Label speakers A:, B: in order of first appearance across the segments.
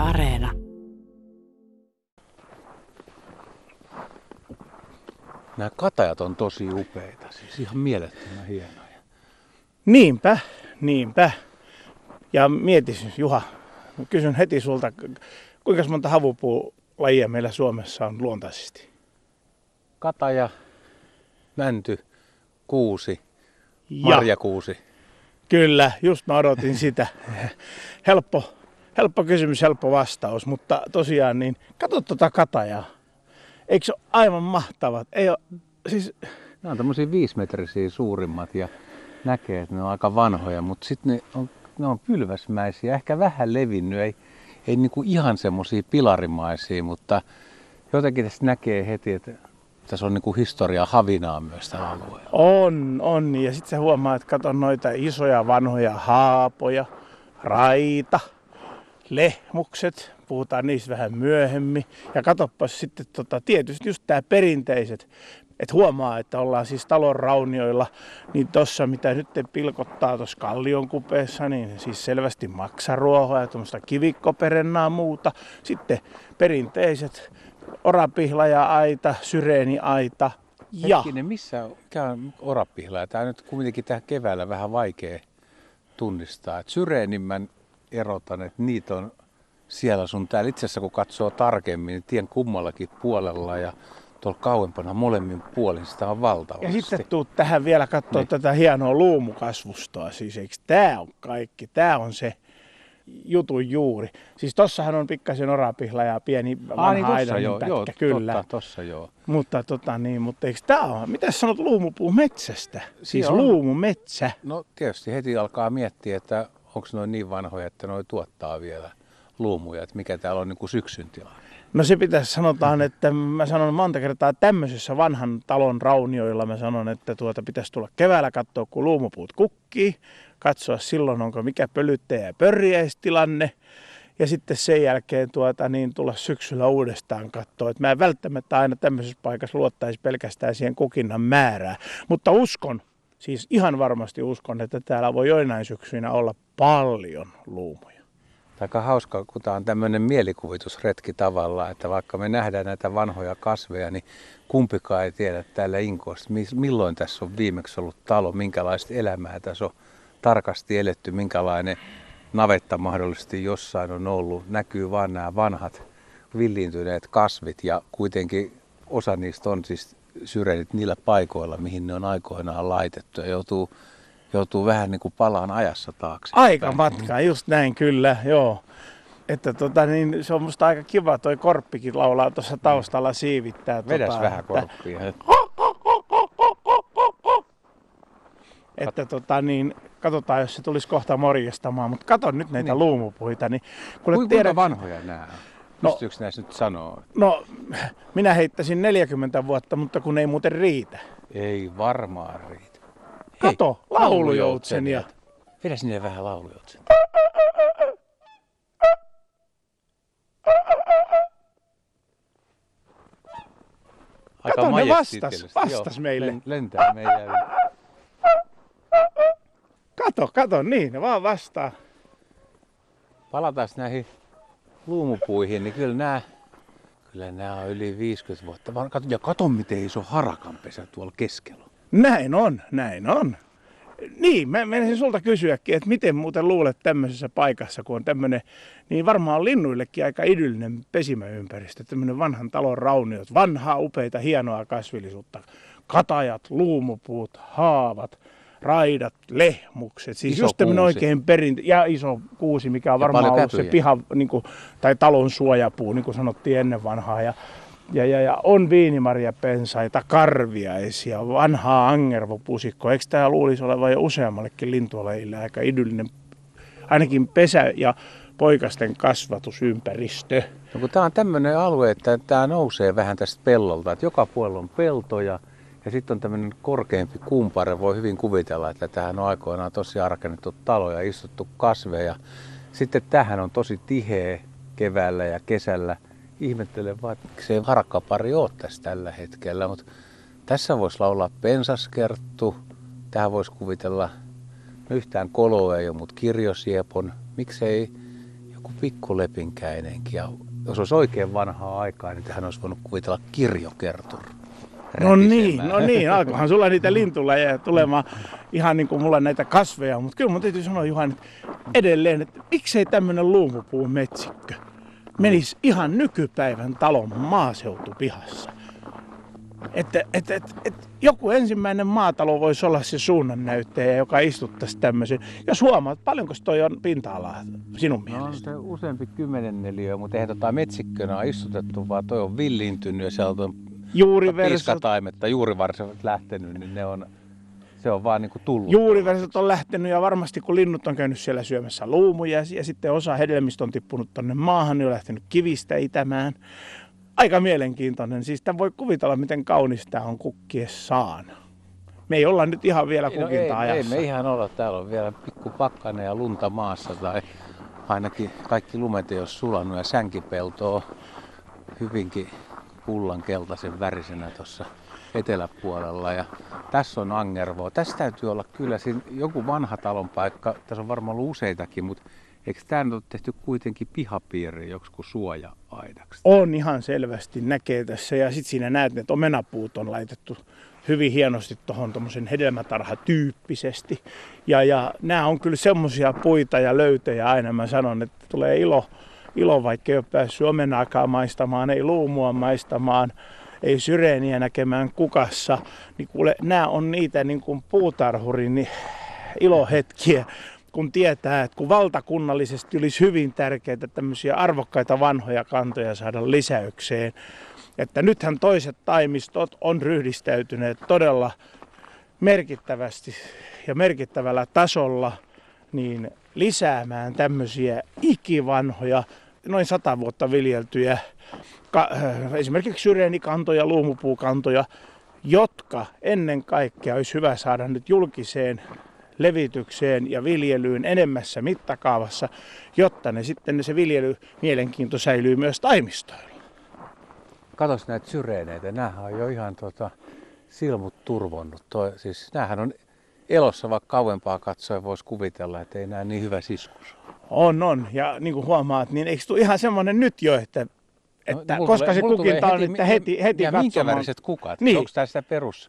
A: Areena.
B: Nämä katajat on tosi upeita, siis ihan mielettömän hienoja.
C: Niinpä. Ja mietis, Juha, kysyn heti sulta, kuinka monta havupuulajia meillä Suomessa on luontaisesti?
B: Kataja, mänty, kuusi, marjakuusi.
C: Kyllä, just mä odotin sitä. Helppo kysymys, helppo vastaus, mutta tosiaan niin, katso tuota katajaa. Eikö se ole aivan mahtavat? Ei ole, siis...
B: Ne on tämmöisiä 5-metrisiä suurimmat ja näkee, että ne on aika vanhoja, mutta sitten ne on pylväsmäisiä, ehkä vähän levinnyt, ei niinku ihan semmoisia pilarimaisia, mutta jotenkin tässä näkee heti, että tässä on niinku historiaa havinaa myös tällä alueella.
C: On. Ja sitten sä huomaat, että kato noita isoja vanhoja haapoja, raita, lehmukset, puhutaan niistä vähän myöhemmin. Ja katoppas sitten tietysti just tää perinteiset, että huomaa, että ollaan siis talon raunioilla, niin tossa mitä nyt pilkottaa tuossa kallion kupeessa, niin siis selvästi maksaruohoa ja tuommoista kivikkoperennaa muuta. Sitten perinteiset orapihlaja-aita, syreeni-aita ja...
B: Hetkinen, mikä on orapihlaja? Tämä on nyt kuitenkin tähän keväällä vähän vaikea tunnistaa. Et syreenin mä erotan, että niitä on siellä sun täällä. Itse asiassa kun katsoo tarkemmin, niin tien kummallakin puolella ja tuolla kauempana molemmin puolin sitä on valtavasti.
C: Ja sitten tuut tähän vielä katsoa tätä hienoa luumukasvustoa. Siis eikö tää on kaikki? Tää on se jutun juuri. Siis tossahan on pikkasen orapihla ja pieni vanha aidanen pätkä,
B: joo,
C: kyllä.
B: Tossa joo.
C: Mutta mutta eikö tää on? Mitäs sanot luumupuu metsästä? Siis luumumetsä.
B: No tietysti heti alkaa miettiä, että onko noin niin vanhoja, että noi tuottaa vielä luumuja, että mikä täällä on niin kuin syksyn tilanne.
C: No se pitäisi sanotaan, että mä sanon monta kertaa tämmöisessä vanhan talon raunioilla, mä sanon, että pitäisi tulla keväällä katsoa, kun luumupuut kukkii, katsoa silloin, onko mikä pölyttäjä ja pörjäistilanne, ja sitten sen jälkeen tulla syksyllä uudestaan katsoa. Että mä en välttämättä aina tämmöisessä paikassa luottaisi pelkästään siihen kukinnan määrään, mutta uskon, siis ihan varmasti uskon, että täällä voi joinain syksyinä olla paljon luumuja.
B: Aika hauska, kun tämä on tämmöinen mielikuvitusretki tavallaan, että vaikka me nähdään näitä vanhoja kasveja, niin kumpikaan ei tiedä täällä Inkoossa, milloin tässä on viimeksi ollut talo, minkälaista elämää tässä on tarkasti eletty, minkälainen navetta mahdollisesti jossain on ollut. Näkyy vaan nämä vanhat villiintyneet kasvit ja kuitenkin osa niistä on siis syreenit niillä paikoilla, mihin ne on aikoinaan laitettu ja joutuu vähän niin kuin palaan ajassa taakse.
C: Aika matkaa, just näin kyllä, joo. Että niin se on musta aika kiva, toi korppikin laulaa tuossa taustalla siivittää.
B: Vedäs vähän korppia.
C: Että niin, katsotaan, jos se tulisi kohta morjestamaan, mutta kato nyt näitä luumupuita. Niin,
B: kuinka vanhoja nämä on? Pystyykö näissä nyt sanoa?
C: No, minä heittäisin 40 vuotta, mutta kun ei muuten riitä.
B: Ei varmaan riitä.
C: Kato, laulujoutsenia.
B: Vedä sinne vähän laulujoutsenia.
C: Kato, ne vastas meille.
B: Lentää meidän yli.
C: Kato, niin, ne vaan vastaa.
B: Palataan näihin luumupuihin, niin kyllä nämä on yli 50 vuotta. Ja kato, miten iso harakanpesä tuolla keskellä.
C: Näin on. Niin, mä menisin sulta kysyäkin, että miten muuten luulet tämmöisessä paikassa, kun on tämmöinen, niin varmaan linnuillekin aika idyllinen pesimäympäristö, tämmöinen vanhan talon rauniot, vanhaa, upeita, hienoa kasvillisuutta, katajat, luumupuut, haavat, raidat, lehmukset, siis
B: iso
C: just tämmöinen
B: kuusi.
C: oikein ja iso kuusi, mikä on varmaan ollut se piha, niin kuin, tai talon suojapuu, niin kuin sanottiin ennen vanhaa. Ja on viinimarjapensaita, karviaisia, vanhaa angervopusikkoa. Eikö tämä luulisi olevan jo useammallekin lintuolajille aika idyllinen, ainakin pesä- ja poikasten kasvatusympäristö?
B: No, kun tämä on tämmöinen alue, että tämä nousee vähän tästä pellolta, että joka puolella on peltoja ja sitten on tämmöinen korkeampi kumpare. Voi hyvin kuvitella, että tähän on aikoinaan tosiaan rakennettu talo ja istuttu kasveja. Sitten tähän on tosi tiheä keväällä ja kesällä. Ihmettelen vaan, että miksei harakkapari ole tässä tällä hetkellä, mutta tässä voisi laulaa pensaskerttu. Tähän voisi kuvitella, no yhtään koloa ei ole, mutta kirjosiepon. Miksei kuin pikkulepinkäinenkin. Ja jos olisi oikein vanhaa aikaa, niin tähän olisi voinut kuvitella kirjokertun.
C: No niin, alkoihan sulla niitä lintulajeja tulemaan ihan niin kuin mulla näitä kasveja, mutta kyllä mun täytyy sanoa Juhan, että edelleen, että miksei tämmöinen luomupuun metsikkö menisi ihan nykypäivän talon maaseutupihassa. Että joku ensimmäinen maatalo voisi olla se suunnannäyttäjä, joka istuttaisi tämmöisen. Jos huomaat, paljonko toi on pinta-alaa sinun mielestä?
B: No on useampi 10 neliötä, mutta eihän istutettuna ole istutettu, vaan toi on villiintynyt ja sieltä on piiskataimetta, juurivarsat lähtenyt, niin se on vaan niin kuin tullut.
C: Juurivarsat on lähtenyt ja varmasti kun linnut on käynyt siellä syömässä luumuja ja sitten osa hedelmistä on tippunut tonne maahan, niin on lähtenyt kivistä itämään. Aika mielenkiintoinen. Siis tämän voi kuvitella, miten kaunis tämä on kukkiessaan. Me ei olla nyt ihan vielä kukinta-ajassa.
B: Ei me ihan olla. Täällä on vielä pikku pakkanen ja lunta maassa tai ainakin kaikki lumet ei ole sulanut ja sänkipelto on hyvinkin kullankeltaisen värisenä tuossa eteläpuolella. Ja tässä on angervoa. Tässä täytyy olla kyllä joku vanha talon paikka. Tässä on varmaan ollut useitakin, mutta eikö tämä ole tehty kuitenkin pihapiiriin joku suoja-aidaksi? On
C: ihan selvästi, näkee tässä. Ja sitten siinä näet, että omenapuut on laitettu hyvin hienosti tuohon tuommoisen hedelmätarha-tyyppisesti. Ja nämä on kyllä semmoisia puita ja löytöjä aina. Mä sanon, että tulee ilo vaikka ei ole päässyt omenaakaan maistamaan, ei luumua maistamaan, ei syreeniä näkemään kukassa. Niin kuule, nämä on niitä niin kuin puutarhurin ilohetkiä. Kun tietää, että kun valtakunnallisesti olisi hyvin tärkeää tämmöisiä arvokkaita vanhoja kantoja saada lisäykseen, että nythän toiset taimistot on ryhdistäytyneet todella merkittävästi ja merkittävällä tasolla niin lisäämään tämmöisiä ikivanhoja, noin 100 vuotta viljeltyjä, esimerkiksi syreenikantoja, luumupuukantoja, jotka ennen kaikkea olisi hyvä saada nyt julkiseen levitykseen ja viljelyyn enemmässä mittakaavassa, jotta se viljely-mielenkiinto säilyy myös taimistoilla.
B: Katos näitä syreeneitä, näähän on jo ihan silmut turvonnut. Siis näähän on elossa, vaikka kauempaa katsoen voisi kuvitella, että ei nää niin hyvä siskus.
C: On. Ja niin kuin huomaat, niin eikö tule ihan semmoinen nyt jo, että koska se kukinta on, että heti katsomaan.
B: Minkä väriset kukat?
C: Niin.
B: Onko tässä perus?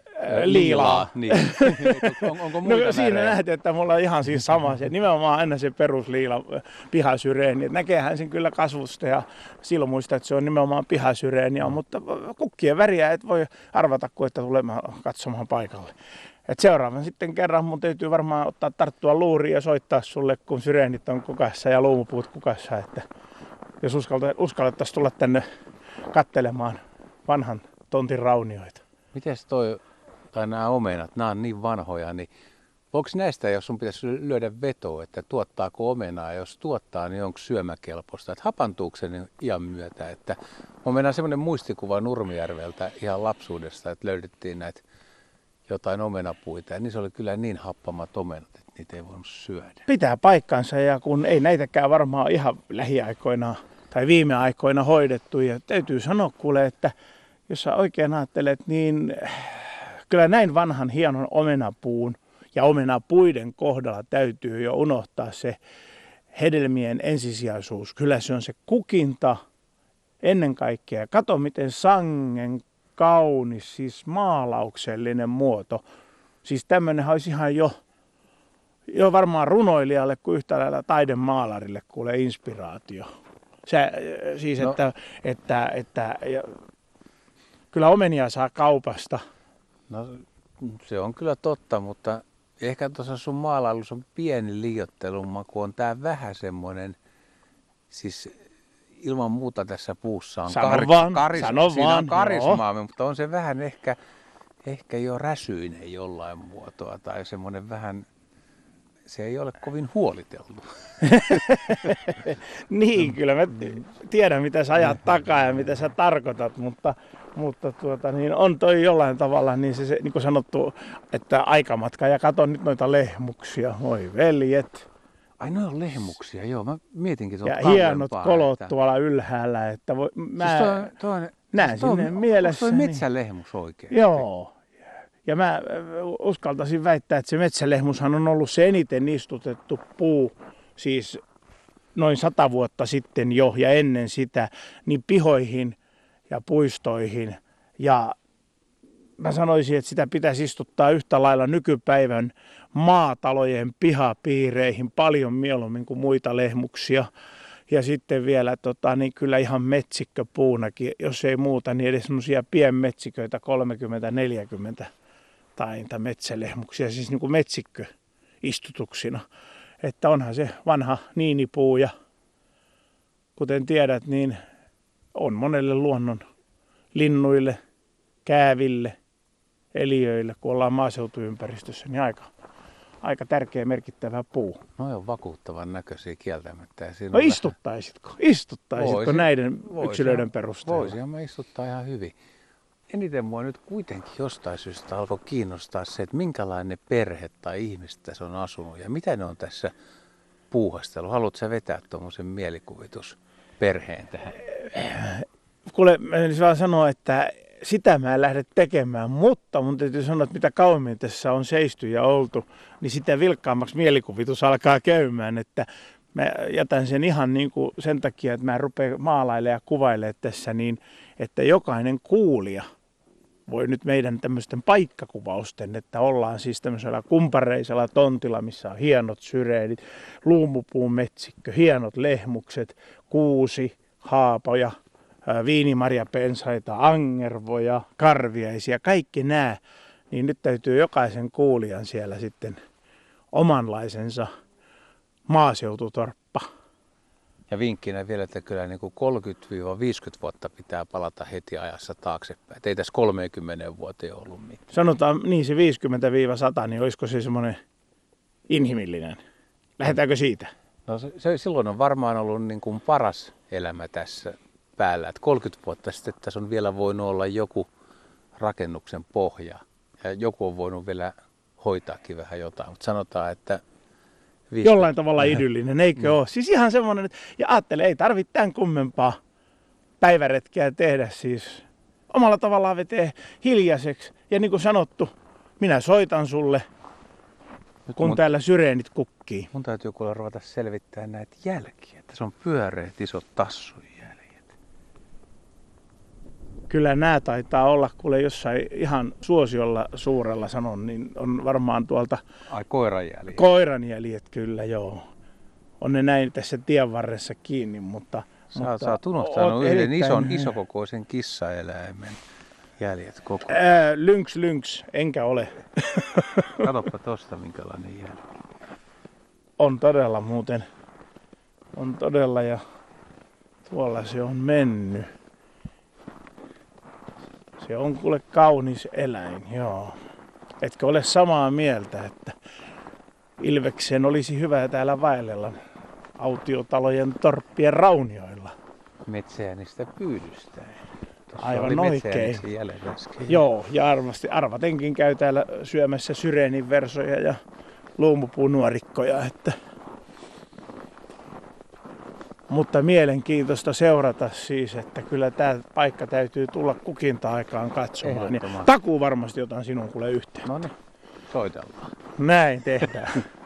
C: Liilaa.
B: Niin. Onko muita
C: no, siinä nähdään, että mulla on ihan siis sama se. Nimenomaan aina se perusliila pihasyreeni. Näkeehän sen kyllä kasvusta ja silmuista, että se on nimenomaan pihasyreeniä, mutta kukkien väriä et voi arvata, kun että tulemaan katsomaan paikalle. Et seuraavan sitten kerran mun täytyy varmaan tarttua luuriin ja soittaa sulle, kun syreenit on kukassa ja luumupuut kukassa. Että jos uskallettaisiin tulla tänne katselemaan vanhan tontin raunioita.
B: Mites tai nämä omenat, nämä on niin vanhoja, niin voiko näistä, jos sun pitäisi lyödä vetoa, että tuottaako omenaa, ja jos tuottaa, niin onko syömäkelpoista, että hapantuuko se iän myötä, että on mennään semmoinen muistikuva Nurmijärveltä ihan lapsuudesta, että löydettiin näitä jotain omenapuita, ja niin se oli kyllä niin happamat omenat, että niitä ei voinut syödä.
C: Pitää paikkansa, ja kun ei näitäkään varmaan ihan lähiaikoina tai viime aikoina hoidettu, ja täytyy sanoa kuule, että jos sä oikein ajattelet, niin kyllä näin vanhan hienon omenapuun ja omenapuiden kohdalla täytyy jo unohtaa se hedelmien ensisijaisuus. Kyllä se on se kukinta ennen kaikkea. Kato miten sangen kaunis, siis maalauksellinen muoto. Siis tämmöinenhän olisi ihan jo varmaan runoilijalle kuin yhtä lailla taidemaalarille kuule inspiraatio. Siis no. että kyllä omenia saa kaupasta.
B: No se on kyllä totta, mutta ehkä tuossa sun maalailussa on pieni liioittelun maku. On tää vähän semmoinen, siis ilman muuta tässä puussa on karismaa, mutta on se vähän ehkä jo räsyinen jollain muotoa tai semmoinen vähän, se ei ole kovin huoliteltu.
C: Niin, kyllä mä tiedän mitä sä ajat takaa ja mitä sä tarkoitat, mutta niin on toi jollain tavalla niin se niin kuin sanottu, että aikamatka ja katon nyt noita lehmuksia, voi veljet.
B: Ai ne on lehmuksia, joo, mä mietinkin tuolta
C: ja hienot kolot tuolla ylhäällä, että mä näen sinne mielessä.
B: Onko toi metsälehmus oikein?
C: Joo. Ja mä uskaltaisin väittää, että se metsälehmushan on ollut se eniten istutettu puu, siis noin 100 vuotta sitten jo ja ennen sitä, niin pihoihin ja puistoihin. Ja mä sanoisin, että sitä pitäisi istuttaa yhtä lailla nykypäivän maatalojen pihapiireihin paljon mieluummin kuin muita lehmuksia. Ja sitten vielä niin kyllä ihan metsikköpuunakin, jos ei muuta, niin edes semmoisia pienmetsiköitä 30-40 tai metsälehmuksia, siis niin kuin metsikköistutuksina. Että onhan se vanha niinipuu ja kuten tiedät, niin on monelle luonnon linnuille, kääville, eliöille, kun ollaan maaseutuympäristössä, niin aika tärkeä merkittävä puu.
B: No on vakuuttavan näköisiä kieltämättä.
C: No istuttaisitko? Istuttaisitko näiden yksilöiden perusteella?
B: Voisin, mä istuttaa ihan hyvin. Eniten mua nyt kuitenkin jostain syystä alkoi kiinnostaa se, että minkälainen perhe tai ihmiset tässä on asunut ja mitä ne on tässä puuhastellut. Haluatko sä vetää tuommoisen mielikuvitusperheen tähän?
C: Kuule, mä vaan sanoa, että sitä mä en lähde tekemään, mutta mun täytyy sanoa, että mitä kauemmin tässä on seisty ja oltu, niin sitä vilkkaammaksi mielikuvitus alkaa käymään, että mä jätän sen ihan niin kuin sen takia, että mä rupean maalailemaan ja kuvailemaan tässä niin, että jokainen kuulija voi nyt meidän tämmöisten paikkakuvausten, että ollaan siis tämmöisellä kumpareisella tontilla, missä on hienot syreenit, luumupuun metsikkö, hienot lehmukset, kuusi, haapoja, viinimarjapensaita, angervoja, karviaisia, kaikki nämä, niin nyt täytyy jokaisen kuulijan siellä sitten omanlaisensa maaseututorppa.
B: Ja vinkkinä vielä, että kyllä niin kuin 30-50 vuotta pitää palata heti ajassa taaksepäin. Et ei tässä 30 vuoteen ollut mitään.
C: Sanotaan niin se 50-100, niin olisiko se semmoinen inhimillinen? Lähdetäänkö siitä?
B: No se silloin on varmaan ollut niin kuin paras elämä tässä päällä. Et 30 vuotta sitten tässä on vielä voinut olla joku rakennuksen pohja. Ja joku on voinut vielä hoitaakin vähän jotain. Mutta sanotaan, että
C: jollain tavalla idyllinen, eikö ole? Siis ihan semmoinen, että ja ajattele, ei tarvitse tämän kummempaa päiväretkeä tehdä siis. Omalla tavallaan vetee hiljaiseksi. Ja niin kuin sanottu, minä soitan sulle, nyt kun täällä syreenit kukkii.
B: Mun täytyy kuule ruveta selvittää näitä jälkiä. Tässä on pyöreät isot tassujen jäljet.
C: Kyllä nämä taitaa olla, kuule jossain ihan suosiolla suurella sanon, niin on varmaan tuolta
B: koiranjäljet.
C: Koiranjäljet, kyllä joo. On ne näin tässä tien varressa kiinni, mutta
B: Sä oot unohtanut yhden isokokoisen kissaeläimen jäljet koko ajan.
C: Lynx, enkä ole.
B: Katoppa tosta minkälainen jälki.
C: On todella muuten. On todella ja tuolla se on mennyt. Se on kuule kaunis eläin, joo. Etkö ole samaa mieltä, että ilvekseen olisi hyvä täällä vaellella autiotalojen torppien raunioilla?
B: Metsäänistä pyydystä.
C: Aivan oikein.
B: Äsken.
C: Joo, ja arvatenkin käy täällä syömässä syreenin versoja ja luumupuun nuorikkoja. Mutta mielenkiintoista seurata siis, että kyllä tämä paikka täytyy tulla kukinta-aikaan katsomaan. Ja takuu varmasti otan sinun kuule yhteen.
B: No niin, soitellaan.
C: Näin tehdään.